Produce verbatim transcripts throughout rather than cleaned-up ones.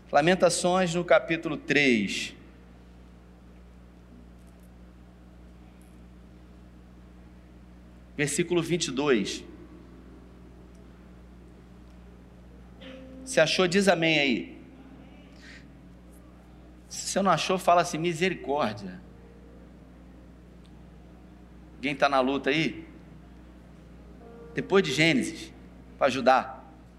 Lamentações no capítulo três. Versículo vinte e dois. Se achou, diz amém aí. Se você não achou, fala assim, misericórdia. Alguém está na luta aí? Depois de Gênesis, para ajudar.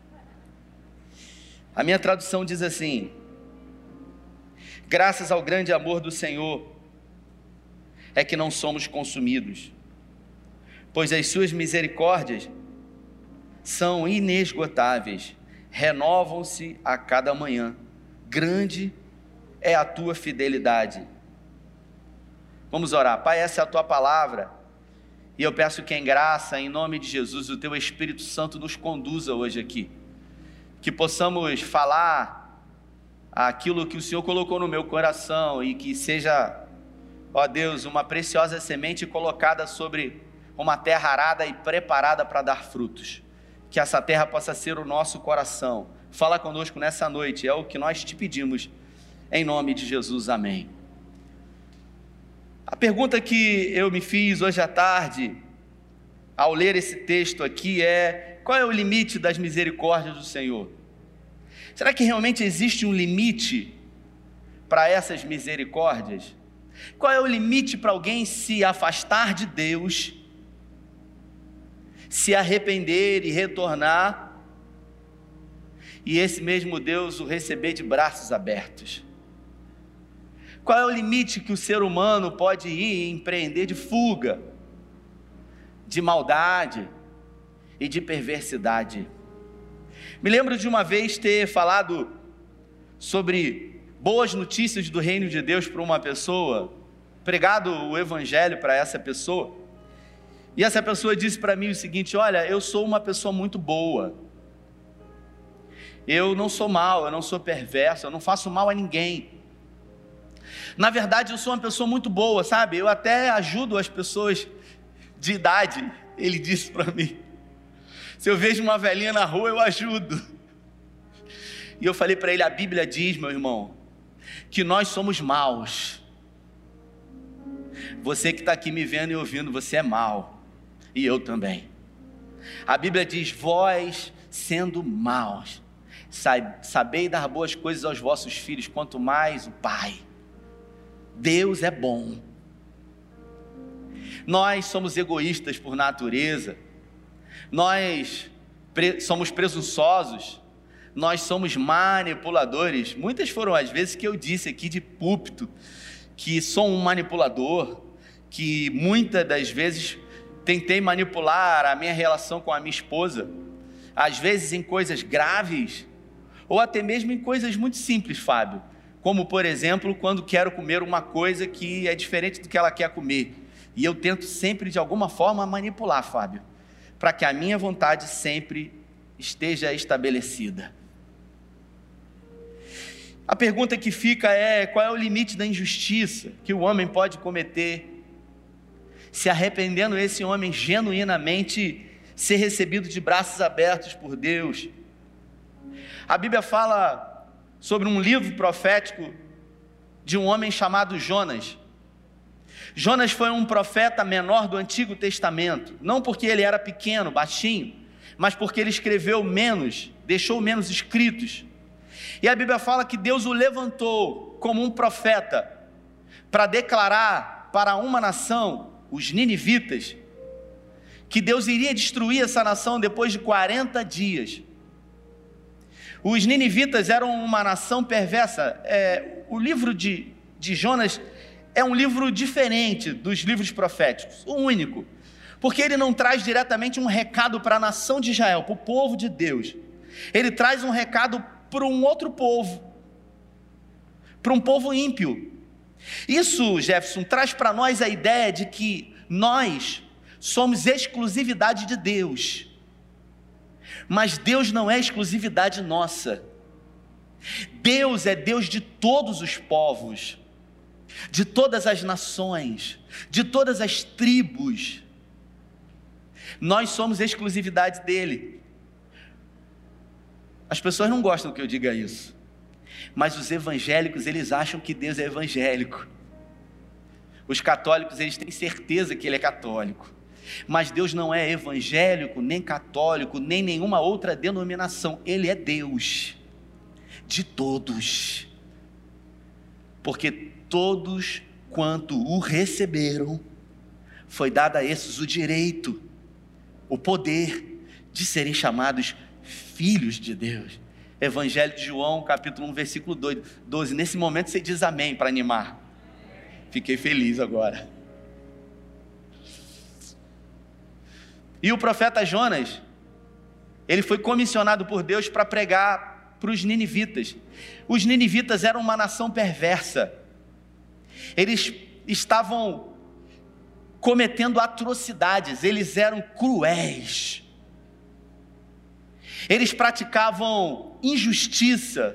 A minha tradução diz assim: graças ao grande amor do Senhor, é que não somos consumidos, pois as suas misericórdias são inesgotáveis, renovam-se a cada manhã, grande é a tua fidelidade. Vamos orar. Pai, essa é a tua palavra, e eu peço que em graça, em nome de Jesus, o teu Espírito Santo nos conduza hoje aqui, que possamos falar aquilo que o Senhor colocou no meu coração, e que seja, ó Deus, uma preciosa semente colocada sobre uma terra arada e preparada para dar frutos, que essa terra possa ser o nosso coração. Fala conosco nessa noite, é o que nós te pedimos, em nome de Jesus, amém. A pergunta que eu me fiz hoje à tarde, ao ler esse texto aqui, é: qual é o limite das misericórdias do Senhor? Será que realmente existe um limite para essas misericórdias? Qual é o limite para alguém se afastar de Deus, se arrepender e retornar, e esse mesmo Deus o receber de braços abertos? Qual é o limite que o ser humano pode ir e empreender de fuga, de maldade e de perversidade? Me lembro de uma vez ter falado sobre boas notícias do reino de Deus para uma pessoa, pregado o evangelho para essa pessoa, e essa pessoa disse para mim o seguinte: olha, eu sou uma pessoa muito boa, eu não sou mau, eu não sou perverso, eu não faço mal a ninguém. Na verdade, eu sou uma pessoa muito boa, sabe? Eu até ajudo as pessoas de idade. Ele disse para mim: se eu vejo uma velhinha na rua, eu ajudo. E eu falei para ele: a Bíblia diz, meu irmão, que nós somos maus. Você que está aqui me vendo e ouvindo, você é mau, e eu também. A Bíblia diz: vós sendo maus, sabei dar boas coisas aos vossos filhos, quanto mais o Pai. Deus é bom. Nós somos egoístas por natureza, nós pre- somos presunçosos, nós somos manipuladores. Muitas foram as vezes que eu disse aqui de púlpito que sou um manipulador, que muitas das vezes tentei manipular a minha relação com a minha esposa, às vezes em coisas graves, ou até mesmo em coisas muito simples, Fábio, como por exemplo, quando quero comer uma coisa que é diferente do que ela quer comer, e eu tento sempre de alguma forma manipular, Fábio, para que a minha vontade sempre esteja estabelecida. A pergunta que fica é: qual é o limite da injustiça que o homem pode cometer, se arrependendo esse homem genuinamente ser recebido de braços abertos por Deus? A Bíblia fala sobre um livro profético de um homem chamado Jonas. Jonas foi um profeta menor do Antigo Testamento, não porque ele era pequeno, baixinho, mas porque ele escreveu menos, deixou menos escritos. E a Bíblia fala que Deus o levantou como um profeta para declarar para uma nação, os ninivitas, que Deus iria destruir essa nação depois de quarenta dias. Os ninivitas eram uma nação perversa. É, o livro de, de Jonas é um livro diferente dos livros proféticos, o único, porque ele não traz diretamente um recado para a nação de Israel, para o povo de Deus. Ele traz um recado para um outro povo, para um povo ímpio. Isso, Jefferson, traz para nós a ideia de que nós somos exclusividade de Deus, mas Deus não é exclusividade nossa. Deus é Deus de todos os povos, de todas as nações, de todas as tribos. Nós somos exclusividade dele. As pessoas não gostam que eu diga isso. Mas os evangélicos, eles acham que Deus é evangélico. Os católicos, eles têm certeza que Ele é católico. Mas Deus não é evangélico, nem católico, nem nenhuma outra denominação. Ele é Deus de todos. Porque todos quanto o receberam, foi dado a esses o direito, o poder de serem chamados filhos de Deus. Evangelho de João, capítulo um, versículo doze. Nesse momento você diz amém para animar. Fiquei feliz agora. E o profeta Jonas, ele foi comissionado por Deus para pregar para os ninivitas. Os ninivitas eram uma nação perversa. Eles estavam cometendo atrocidades, eles eram cruéis. Eles praticavam injustiça.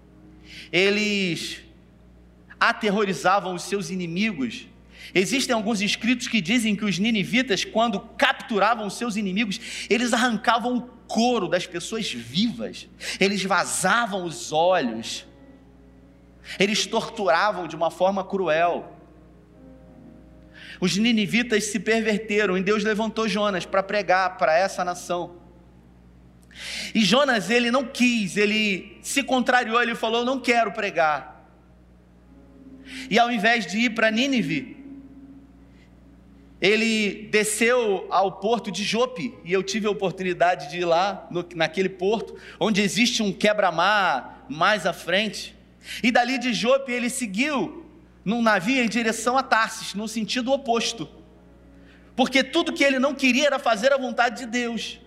Eles aterrorizavam os seus inimigos. Existem alguns escritos que dizem que os ninivitas, quando capturavam os seus inimigos, eles arrancavam o couro das pessoas vivas, eles vazavam os olhos, eles torturavam de uma forma cruel. Os ninivitas se perverteram e Deus levantou Jonas para pregar para essa nação. E Jonas, ele não quis, ele se contrariou, ele falou: não quero pregar. E ao invés de ir para Nínive, ele desceu ao porto de Jope, e eu tive a oportunidade de ir lá, no, naquele porto, onde existe um quebra-mar mais à frente, e dali de Jope ele seguiu num navio em direção a Tarsis, no sentido oposto, porque tudo que ele não queria era fazer a vontade de Deus.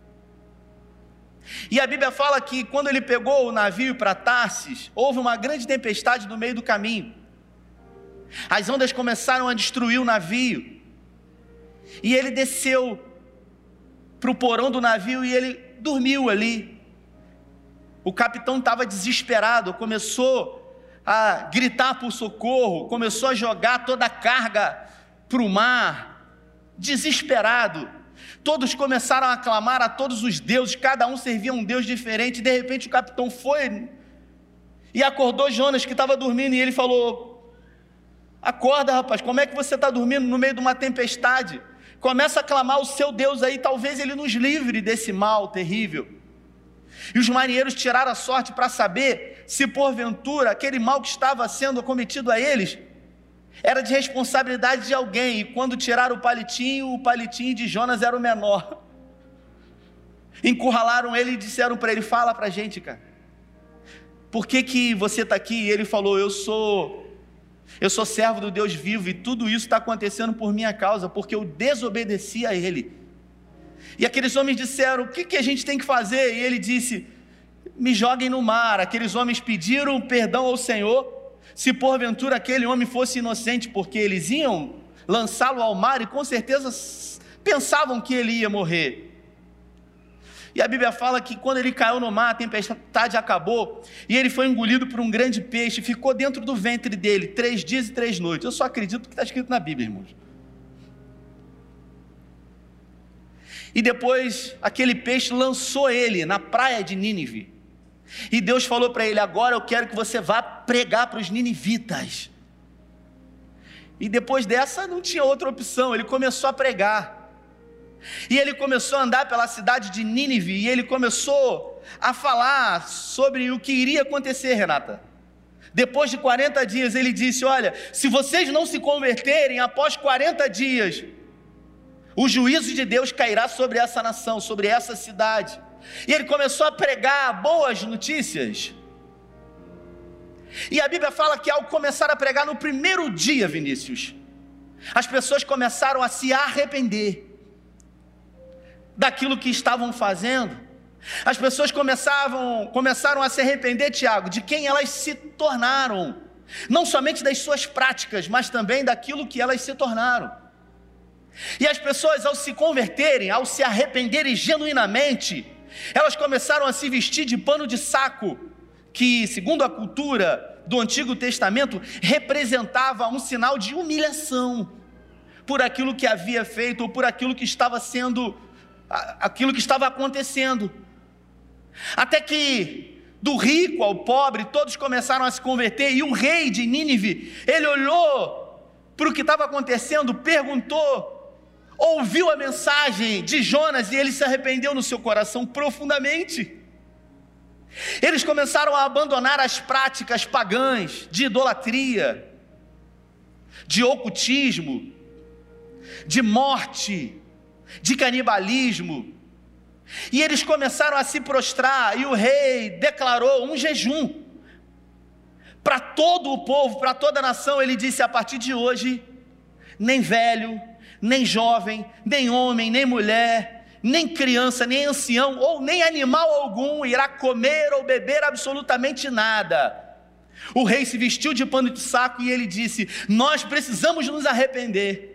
E a Bíblia fala que quando ele pegou o navio para Tarsis, houve uma grande tempestade no meio do caminho, as ondas começaram a destruir o navio, e ele desceu para o porão do navio e ele dormiu ali. O capitão estava desesperado, começou a gritar por socorro, começou a jogar toda a carga para o mar, desesperado. Todos começaram a clamar a todos os deuses, cada um servia um deus diferente. De repente o capitão foi e acordou Jonas, que estava dormindo, e ele falou: acorda, rapaz, como é que você está dormindo no meio de uma tempestade? Começa a clamar o seu Deus aí, talvez ele nos livre desse mal terrível. E os marinheiros tiraram a sorte para saber se porventura aquele mal que estava sendo cometido a eles era de responsabilidade de alguém. E quando tiraram o palitinho, o palitinho de Jonas era o menor. Encurralaram ele e disseram para ele: fala para a gente, cara, por que que você está aqui? E ele falou: eu sou... Eu sou servo do Deus vivo, e tudo isso está acontecendo por minha causa, porque eu desobedeci a Ele. E aqueles homens disseram: o que, que a gente tem que fazer? E ele disse: me joguem no mar. Aqueles homens pediram perdão ao Senhor, se porventura aquele homem fosse inocente, porque eles iam lançá-lo ao mar e com certeza pensavam que ele ia morrer. E a Bíblia fala que quando ele caiu no mar, a tempestade acabou, e ele foi engolido por um grande peixe, ficou dentro do ventre dele, três dias e três noites. Eu só acredito que está escrito na Bíblia, irmãos. E depois, aquele peixe lançou ele na praia de Nínive, e Deus falou para ele: agora eu quero que você vá pregar para os ninivitas. E depois dessa, não tinha outra opção, ele começou a pregar. E ele começou a andar pela cidade de Nínive, e ele começou a falar sobre o que iria acontecer, Renata. Depois de quarenta dias, ele disse: olha, se vocês não se converterem, após quarenta dias, o juízo de Deus cairá sobre essa nação, sobre essa cidade. E ele começou a pregar boas notícias. E a Bíblia fala que ao começar a pregar no primeiro dia, Vinícius, as pessoas começaram a se arrepender daquilo que estavam fazendo. As pessoas começavam, começaram a se arrepender, Tiago, de quem elas se tornaram, não somente das suas práticas, mas também daquilo que elas se tornaram. E as pessoas, ao se converterem, ao se arrependerem genuinamente, elas começaram a se vestir de pano de saco, que, segundo a cultura do Antigo Testamento, representava um sinal de humilhação por aquilo que havia feito, ou por aquilo que estava sendo aquilo que estava acontecendo. Até que do rico ao pobre, todos começaram a se converter, e o rei de Nínive, ele olhou para o que estava acontecendo, perguntou, ouviu a mensagem de Jonas, e ele se arrependeu no seu coração profundamente. Eles começaram a abandonar as práticas pagãs, de idolatria, de ocultismo, de morte, de canibalismo, e eles começaram a se prostrar, e o rei declarou um jejum para todo o povo, para toda a nação. Ele disse: a partir de hoje, nem velho, nem jovem, nem homem, nem mulher, nem criança, nem ancião, ou nem animal algum irá comer ou beber absolutamente nada. O rei se vestiu de pano de saco e ele disse: nós precisamos nos arrepender.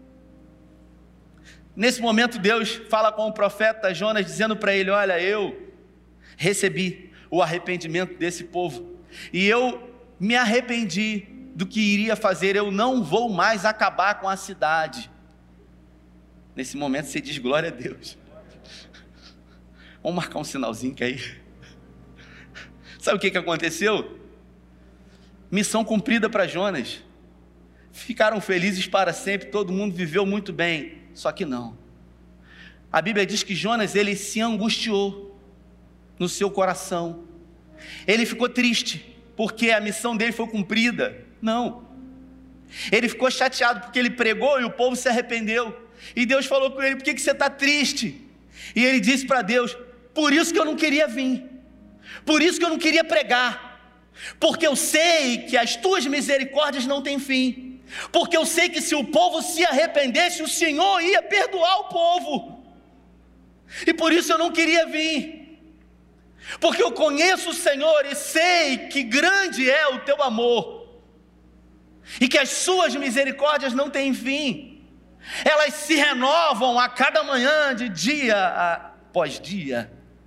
Nesse momento Deus fala com o profeta Jonas, dizendo para ele: olha, eu recebi o arrependimento desse povo, e eu me arrependi do que iria fazer, eu não vou mais acabar com a cidade. Nesse momento você diz: glória a Deus. Vamos marcar um sinalzinho que aí. Sabe o que, que aconteceu? Missão cumprida para Jonas. Ficaram felizes para sempre, todo mundo viveu muito bem. Só que não. A Bíblia diz que Jonas, ele se angustiou no seu coração. Ele ficou triste porque a missão dele foi cumprida. Não. Ele ficou chateado porque ele pregou e o povo se arrependeu. E Deus falou com ele: por que, que você está triste? E ele disse para Deus: por isso que eu não queria vir. Por isso que eu não queria pregar. Porque eu sei que as tuas misericórdias não têm fim. Porque eu sei que se o povo se arrependesse, o Senhor ia perdoar o povo. E por isso eu não queria vir. Porque eu conheço o Senhor e sei que grande é o teu amor. E que as suas misericórdias não têm fim. Elas se renovam a cada manhã, de dia após dia.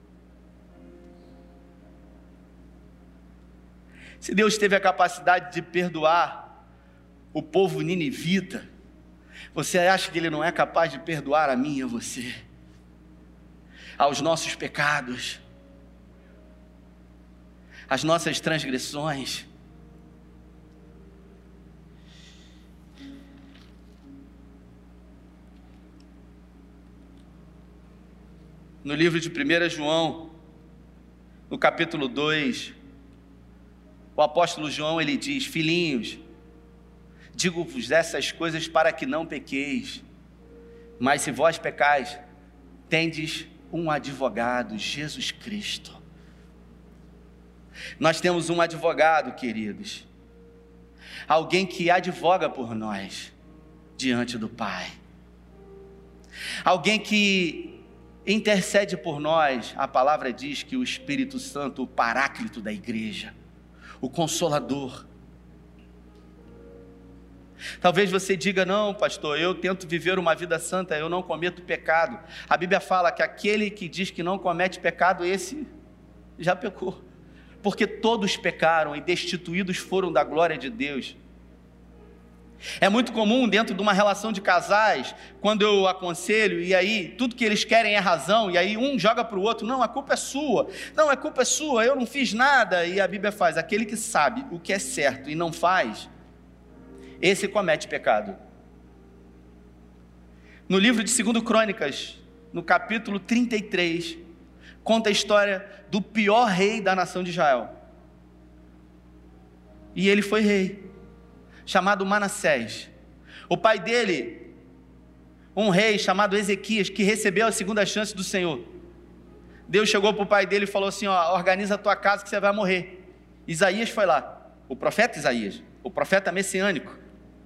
Se Deus teve a capacidade de perdoar o povo ninivita, você acha que Ele não é capaz de perdoar a mim e a você, aos nossos pecados, às nossas transgressões? No livro de primeira João, no capítulo dois, o apóstolo João, ele diz: filhinhos, digo-vos essas coisas para que não pequeis, mas se vós pecais, tendes um advogado, Jesus Cristo. Nós temos um advogado, queridos, alguém que advoga por nós diante do Pai, alguém que intercede por nós. A palavra diz que o Espírito Santo, o Paráclito da igreja, o Consolador. Talvez você diga: não, pastor, eu tento viver uma vida santa, eu não cometo pecado. A Bíblia fala que aquele que diz que não comete pecado, esse já pecou, porque todos pecaram e destituídos foram da glória de Deus. É muito comum dentro de uma relação de casais, quando eu aconselho, e aí tudo que eles querem é razão, e aí um joga para o outro: não, a culpa é sua, não, a culpa é sua, eu não fiz nada. E a Bíblia faz: aquele que sabe o que é certo e não faz, esse comete pecado. No livro de Segunda Crônicas, no capítulo trinta e três, conta a história do pior rei da nação de Israel. E ele foi rei, chamado Manassés. O pai dele, um rei chamado Ezequias, que recebeu a segunda chance do Senhor. Deus chegou para o pai dele e falou assim: ó, organiza a tua casa que você vai morrer. Isaías foi lá, o profeta Isaías, o profeta messiânico.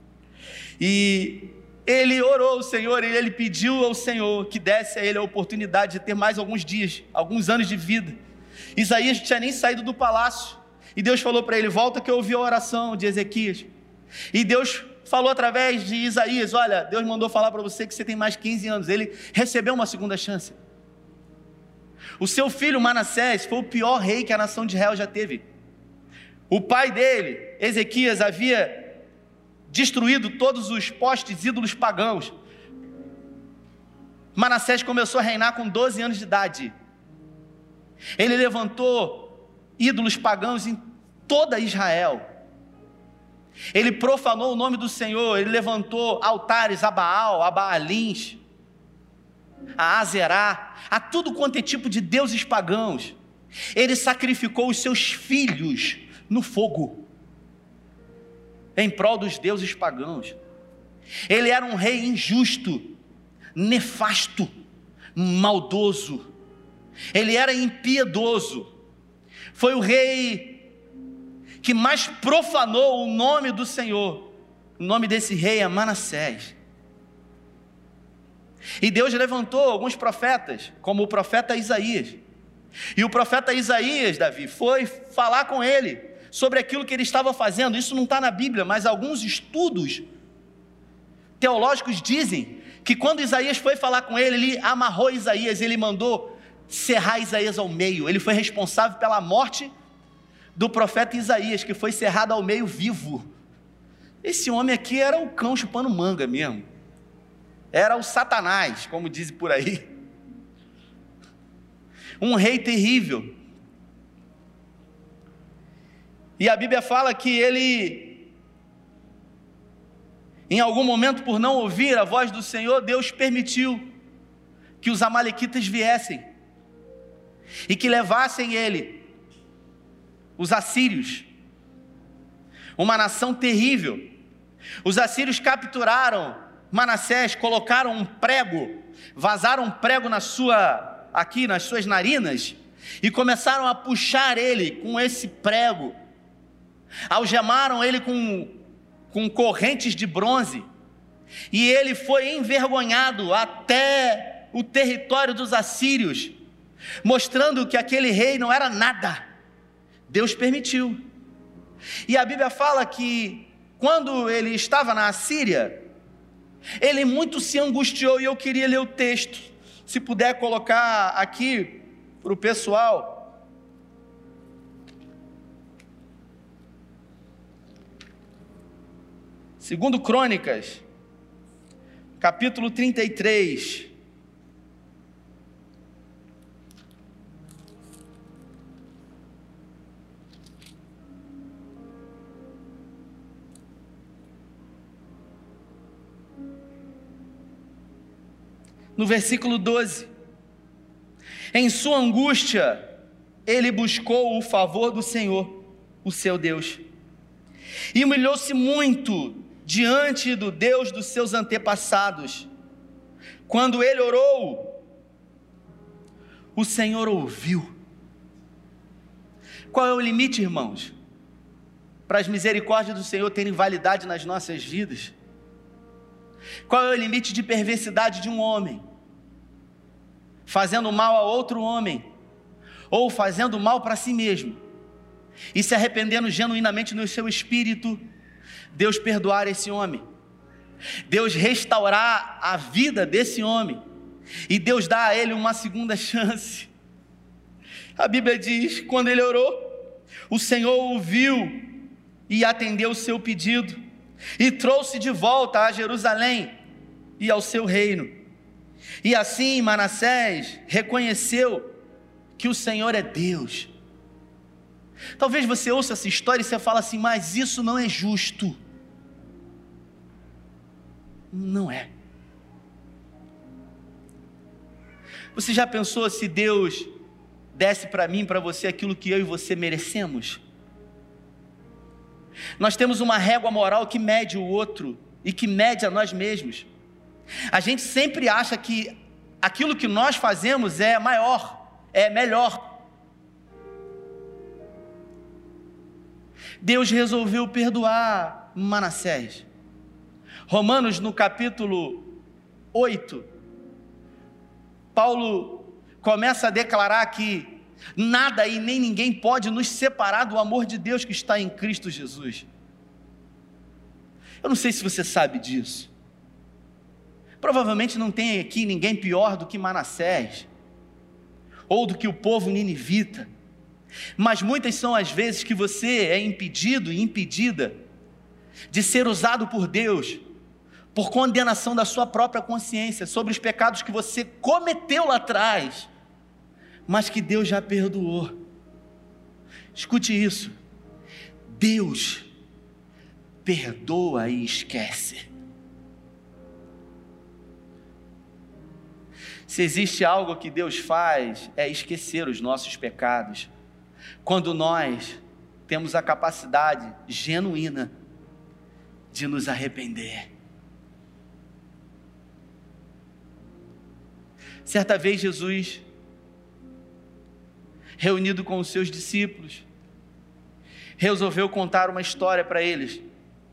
E ele orou ao Senhor, e ele pediu ao Senhor que desse a ele a oportunidade de ter mais alguns dias, alguns anos de vida. Isaías não tinha nem saído do palácio, e Deus falou para ele: volta que eu ouvi a oração de Ezequias. E Deus falou através de Isaías: olha, Deus mandou falar para você que você tem mais quinze anos. Ele recebeu uma segunda chance. O seu filho Manassés foi o pior rei que a nação de Israel já teve. O pai dele, Ezequias, havia destruído todos os postes ídolos pagãos. Manassés começou a reinar com doze anos de idade. Ele levantou ídolos pagãos em toda Israel. Ele profanou o nome do Senhor, ele levantou altares a Baal, a Baalins, a Azerá, a tudo quanto é tipo de deuses pagãos. Ele sacrificou os seus filhos no fogo, em prol dos deuses pagãos. Ele era um rei injusto, nefasto, maldoso. Ele era impiedoso. Foi o rei que mais profanou o nome do Senhor. O nome desse rei é Manassés. E Deus levantou alguns profetas, como o profeta Isaías. E o profeta Isaías, Davi, foi falar com ele sobre aquilo que ele estava fazendo. Isso não está na Bíblia, mas alguns estudos teológicos dizem que quando Isaías foi falar com ele, ele amarrou Isaías, ele mandou serrar Isaías ao meio. Ele foi responsável pela morte do profeta Isaías, que foi serrado ao meio vivo. Esse homem aqui era o cão chupando manga mesmo. Era o Satanás, como dizem por aí. Um rei terrível. E a Bíblia fala que ele, em algum momento, por não ouvir a voz do Senhor, Deus permitiu que os amalequitas viessem e que levassem ele, os assírios, uma nação terrível. Os assírios capturaram Manassés, colocaram um prego, vazaram um prego na sua, aqui nas suas narinas, e começaram a puxar ele com esse prego, algemaram ele com, com correntes de bronze, e ele foi envergonhado até o território dos assírios, mostrando que aquele rei não era nada. Deus permitiu. E a Bíblia fala que quando ele estava na Assíria, ele muito se angustiou, e eu queria ler o texto, se puder colocar aqui para o pessoal. Segundo Crônicas, capítulo trinta e três. No versículo doze, em sua angústia, ele buscou o favor do Senhor, o seu Deus, e humilhou-se muito diante do Deus dos seus antepassados. Quando ele orou, o Senhor ouviu. Qual é o limite, irmãos, para as misericórdias do Senhor terem validade nas nossas vidas? Qual é o limite de perversidade de um homem fazendo mal a outro homem, ou fazendo mal para si mesmo, e se arrependendo genuinamente no seu espírito? Deus perdoar esse homem, Deus restaurar a vida desse homem, e Deus dá a ele uma segunda chance. A Bíblia diz, quando ele orou, o Senhor ouviu e atendeu o seu pedido, e trouxe de volta a Jerusalém e ao seu reino. E assim Manassés reconheceu que o Senhor é Deus. Talvez você ouça essa história e você fala assim, mas isso não é justo. Não é. Você já pensou se Deus desse para mim, para você, aquilo que eu e você merecemos? Nós temos uma régua moral que mede o outro e que mede a nós mesmos. A gente sempre acha que aquilo que nós fazemos é maior, é melhor. Deus resolveu perdoar Manassés. Romanos, no capítulo oito, Paulo começa a declarar que nada e nem ninguém pode nos separar do amor de Deus que está em Cristo Jesus. Eu não sei se você sabe disso. Provavelmente não tem aqui ninguém pior do que Manassés, ou do que o povo ninivita, mas muitas são as vezes que você é impedido e impedida de ser usado por Deus, por condenação da sua própria consciência, sobre os pecados que você cometeu lá atrás, mas que Deus já perdoou. Escute isso. Deus perdoa e esquece. Se existe algo que Deus faz, é esquecer os nossos pecados. Quando nós temos a capacidade genuína de nos arrepender. Certa vez Jesus, reunido com os seus discípulos, resolveu contar uma história para eles.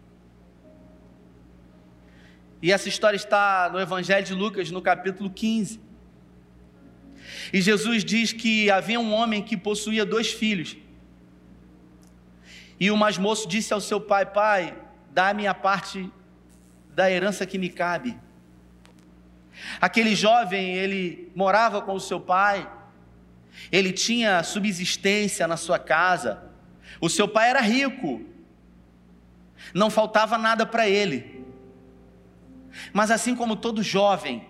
E essa história está no Evangelho de Lucas, no capítulo quinze. E Jesus diz que havia um homem que possuía dois filhos. E o mais moço disse ao seu pai: pai, dá-me a parte da herança que me cabe. Aquele jovem, ele morava com o seu pai, ele tinha subsistência na sua casa, o seu pai era rico, não faltava nada para ele. Mas assim como todo jovem,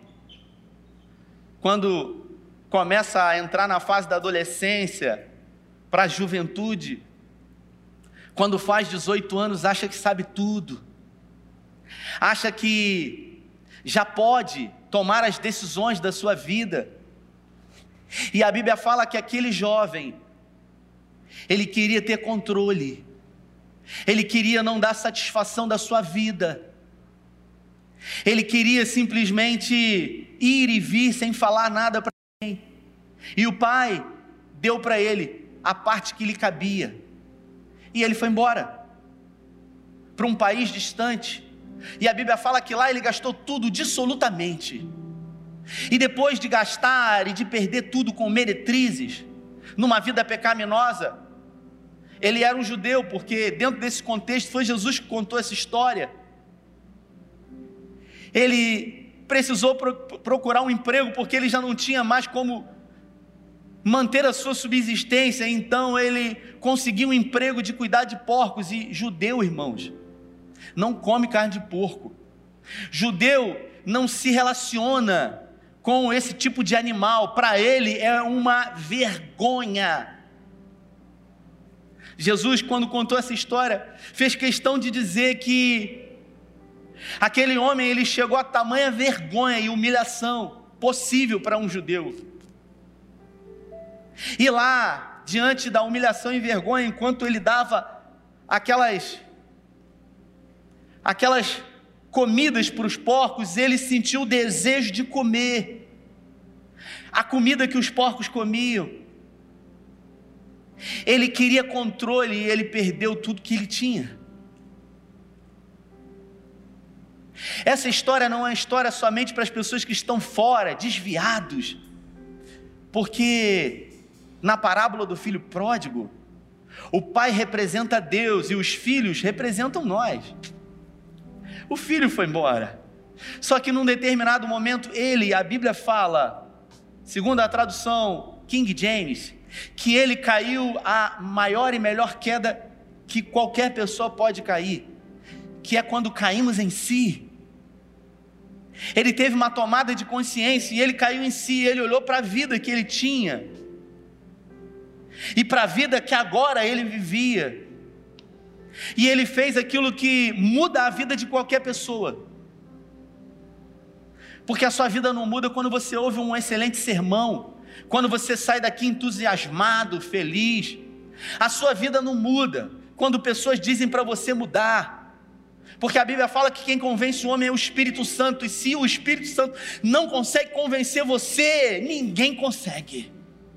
quando começa a entrar na fase da adolescência, para a juventude, quando faz dezoito anos, acha que sabe tudo, acha que já pode tomar as decisões da sua vida. E a Bíblia fala que aquele jovem, ele queria ter controle, ele queria não dar satisfação da sua vida, ele queria simplesmente ir e vir sem falar nada para ninguém. E o pai deu para ele a parte que lhe cabia, e ele foi embora para um país distante. E a Bíblia fala que lá ele gastou tudo dissolutamente. E depois de gastar e de perder tudo com meretrizes, numa vida pecaminosa, ele era um judeu, porque dentro desse contexto foi Jesus que contou essa história. Ele precisou procurar um emprego, porque ele já não tinha mais como manter a sua subsistência. Então ele conseguiu um emprego de cuidar de porcos. E judeu, irmãos, não come carne de porco. Judeu não se relaciona com esse tipo de animal. Para ele é uma vergonha. Jesus, quando contou essa história, fez questão de dizer que aquele homem, ele chegou a tamanha vergonha e humilhação possível para um judeu. E lá, diante da humilhação e vergonha, enquanto ele dava aquelas aquelas comidas para os porcos, ele sentiu o desejo de comer a comida que os porcos comiam. Ele queria controle e ele perdeu tudo que ele tinha. Essa história não é uma história somente para as pessoas que estão fora, desviados, porque na parábola do filho pródigo, o pai representa Deus e os filhos representam nós. O filho foi embora, só que num determinado momento ele, a Bíblia fala, segundo a tradução King James, que ele caiu a maior e melhor queda que qualquer pessoa pode cair, que é quando caímos em si. Ele teve uma tomada de consciência e ele caiu em si, ele olhou para a vida que ele tinha e para a vida que agora ele vivia, e ele fez aquilo que muda a vida de qualquer pessoa, porque a sua vida não muda quando você ouve um excelente sermão, quando você sai daqui entusiasmado, feliz. A sua vida não muda quando pessoas dizem para você mudar, porque a Bíblia fala que quem convence o homem é o Espírito Santo, e se o Espírito Santo não consegue convencer você, ninguém consegue.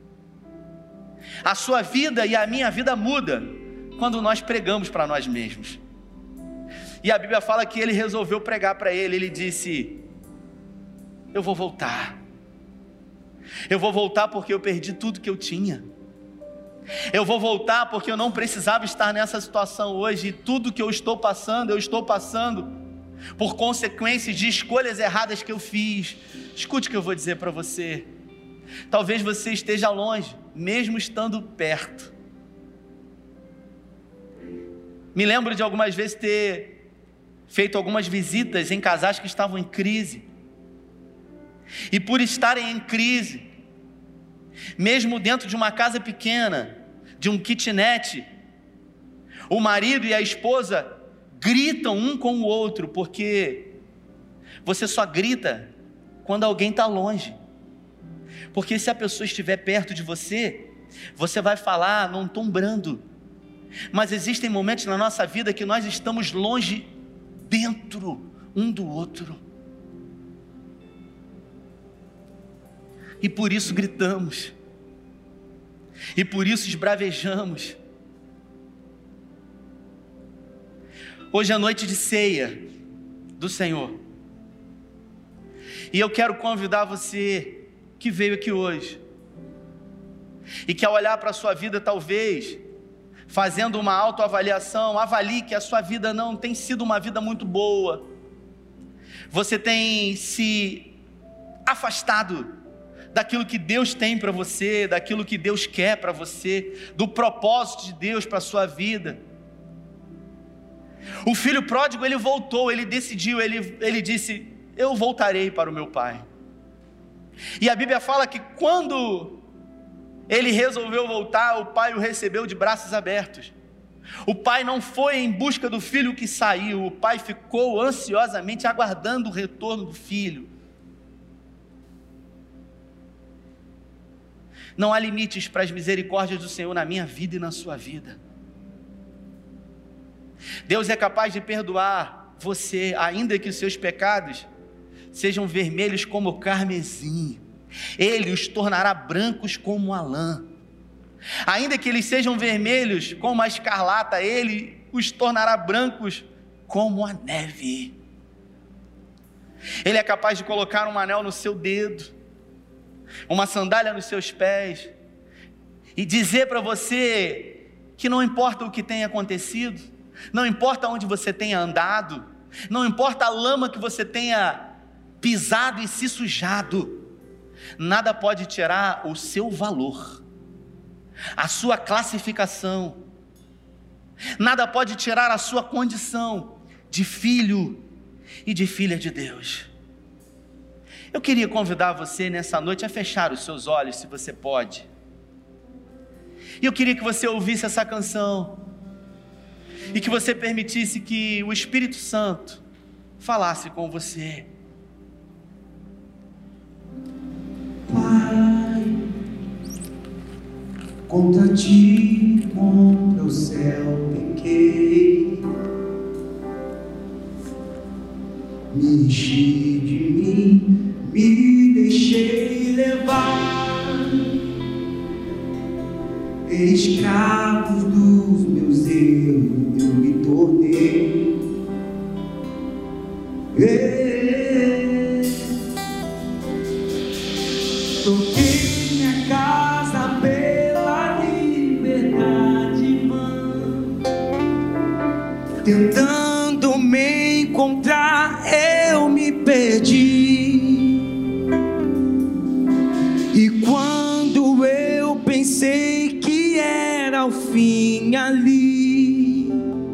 A sua vida e a minha vida muda quando nós pregamos para nós mesmos. E a Bíblia fala que ele resolveu pregar para ele. Ele disse: eu vou voltar, eu vou voltar porque eu perdi tudo que eu tinha, eu vou voltar porque eu não precisava estar nessa situação hoje, e tudo que eu estou passando, eu estou passando por consequências de escolhas erradas que eu fiz. Escute o que eu vou dizer para você. Talvez você esteja longe, mesmo estando perto. Me lembro de algumas vezes ter feito algumas visitas em casais que estavam em crise, e por estarem em crise, mesmo dentro de uma casa pequena, de um kitnet, o marido e a esposa gritam um com o outro, porque você só grita quando alguém está longe, porque se a pessoa estiver perto de você, você vai falar num tom brando, mas existem momentos na nossa vida que nós estamos longe dentro um do outro, e por isso gritamos, e por isso esbravejamos. Hoje é noite de ceia do Senhor, e eu quero convidar você que veio aqui hoje, e que ao olhar para a sua vida, talvez, fazendo uma autoavaliação, avalie que a sua vida não tem sido uma vida muito boa, você tem se afastado daquilo que Deus tem para você, daquilo que Deus quer para você, do propósito de Deus para a sua vida. O filho pródigo, ele voltou, ele decidiu, ele, ele disse, eu voltarei para o meu pai. E a Bíblia fala que quando ele resolveu voltar, o pai o recebeu de braços abertos. O pai não foi em busca do filho que saiu, o pai ficou ansiosamente aguardando o retorno do filho. Não há limites para as misericórdias do Senhor na minha vida e na sua vida. Deus é capaz de perdoar você, ainda que os seus pecados sejam vermelhos como o carmesim. Ele os tornará brancos como a lã. Ainda que eles sejam vermelhos como a escarlata, Ele os tornará brancos como a neve. Ele é capaz de colocar um anel no seu dedo, uma sandália nos seus pés, e dizer para você que não importa o que tenha acontecido, não importa onde você tenha andado, não importa a lama que você tenha pisado e se sujado, nada pode tirar o seu valor, a sua classificação, nada pode tirar a sua condição de filho e de filha de Deus. Eu queria convidar você nessa noite a fechar os seus olhos, se você pode, e eu queria que você ouvisse essa canção, e que você permitisse que o Espírito Santo falasse com você. Pai, contra ti, contra o céu pequei, me enchi de mim, me deixei levar, escravo dos meus erros eu me tornei. Ei, toquei minha casa pela liberdade vã, tentando me encontrar eu me perdi, e quando eu pensei que era o fim ali,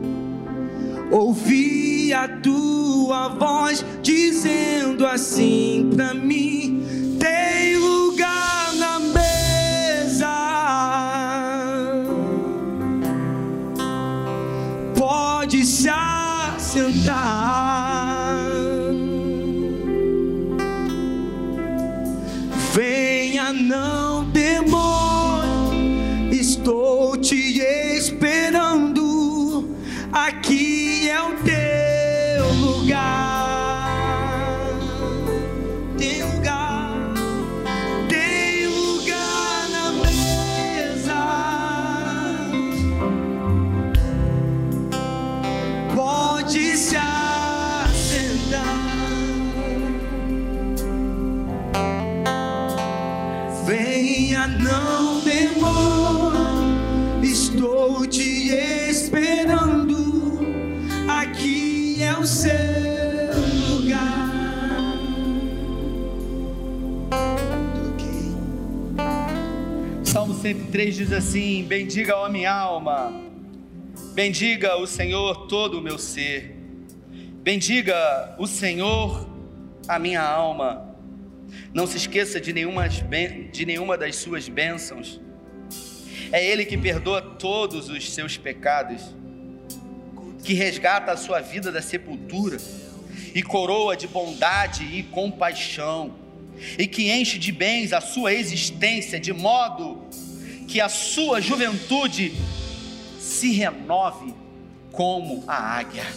ouvi a tua voz dizendo assim pra mim: tem lugar na mesa, pode se assentar, venha, não demore, estou te esperando, aqui é o teu lugar, tem lugar, tem lugar na mesa, pode se assentar, venha, não demore, estou te esperando, aqui é o seu lugar. Salmo cento e três diz assim: bendiga a minha alma, bendiga o Senhor todo o meu ser, bendiga o Senhor a minha alma, não se esqueça de nenhuma, de nenhuma das suas bênçãos, É Ele que perdoa todos os seus pecados, que resgata a sua vida da sepultura e coroa de bondade e compaixão, e que enche de bens a sua existência, de modo que a sua juventude se renove como a águia.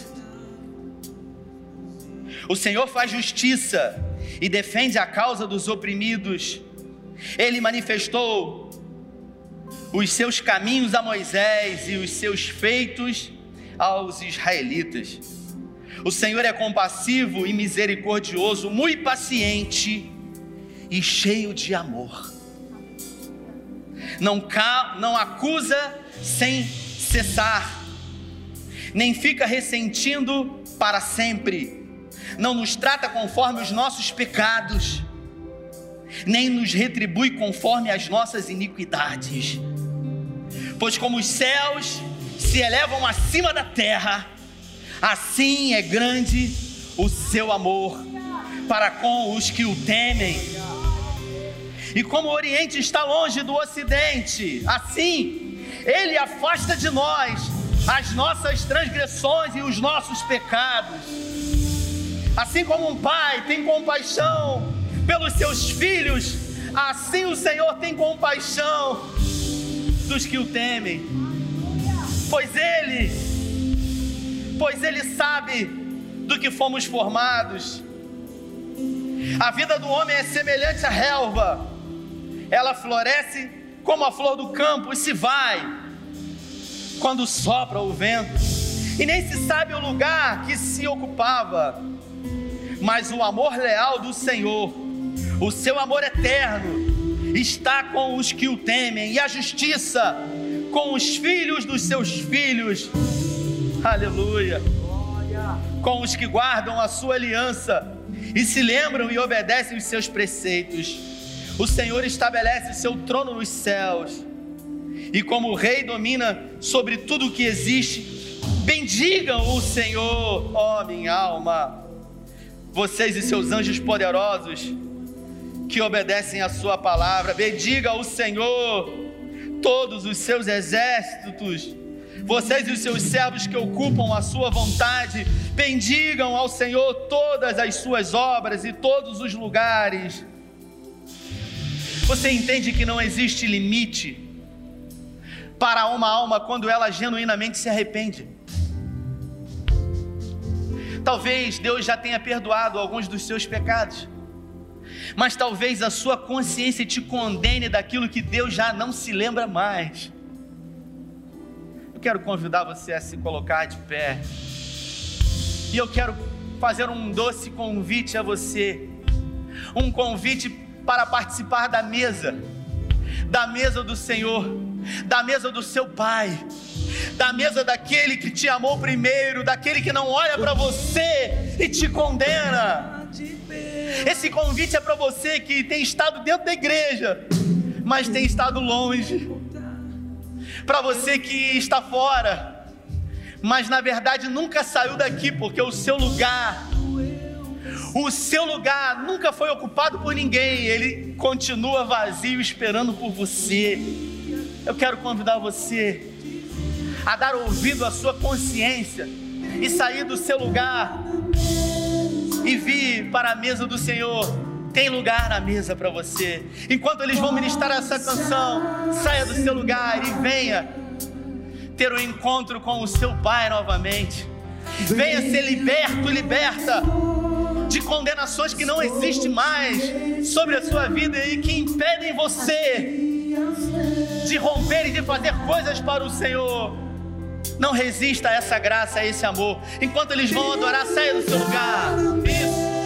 O Senhor faz justiça e defende a causa dos oprimidos. Ele manifestou os seus caminhos a Moisés e os seus feitos aos israelitas. O Senhor é compassivo e misericordioso, muito paciente e cheio de amor. Não, ca... não acusa sem cessar, nem fica ressentindo para sempre. Não nos trata conforme os nossos pecados, nem nos retribui conforme as nossas iniquidades. Pois como os céus se elevam acima da terra, assim é grande o seu amor para com os que o temem. E como o Oriente está longe do Ocidente, assim Ele afasta de nós as nossas transgressões e os nossos pecados. Assim como um pai tem compaixão pelos seus filhos, assim o Senhor tem compaixão dos que o temem. Pois Ele, pois Ele sabe do que fomos formados. A vida do homem é semelhante à relva. Ela floresce como a flor do campo e se vai quando sopra o vento, e nem se sabe o lugar que se ocupava. Mas o amor leal do Senhor, o seu amor eterno, está com os que o temem, e a justiça com os filhos dos seus filhos. Aleluia. Com os que guardam a sua aliança e se lembram e obedecem os seus preceitos. O Senhor estabelece o seu trono nos céus, e como o rei domina sobre tudo o que existe. Bendigam o Senhor, ó minha alma, vocês e seus anjos poderosos que obedecem a sua palavra. Bendiga o Senhor, todos os seus exércitos, vocês e os seus servos que ocupam a sua vontade. Bendigam ao Senhor todas as suas obras e todos os lugares. Você entende que não existe limite para uma alma quando ela genuinamente se arrepende? Talvez Deus já tenha perdoado alguns dos seus pecados, mas talvez a sua consciência te condene daquilo que Deus já não se lembra mais. Eu quero convidar você a se colocar de pé, e eu quero fazer um doce convite a você, um convite para participar da mesa, da mesa do Senhor, da mesa do seu Pai, da mesa daquele que te amou primeiro, daquele que não olha para você e te condena. Esse convite é para você que tem estado dentro da igreja, mas tem estado longe, para você que está fora, mas na verdade nunca saiu daqui, porque o seu lugar, o seu lugar nunca foi ocupado por ninguém, ele continua vazio esperando por você. Eu quero convidar você a dar ouvido à sua consciência e sair do seu lugar e vir para a mesa do Senhor. Tem lugar na mesa para você. Enquanto eles vão ministrar essa canção, saia do seu lugar e venha ter um encontro com o seu Pai novamente. Venha ser liberto, liberta de condenações que não existem mais sobre a sua vida e que impedem você de romper e de fazer coisas para o Senhor. Não resista a essa graça, a esse amor. Enquanto eles vão adorar, saia do seu lugar. Isso.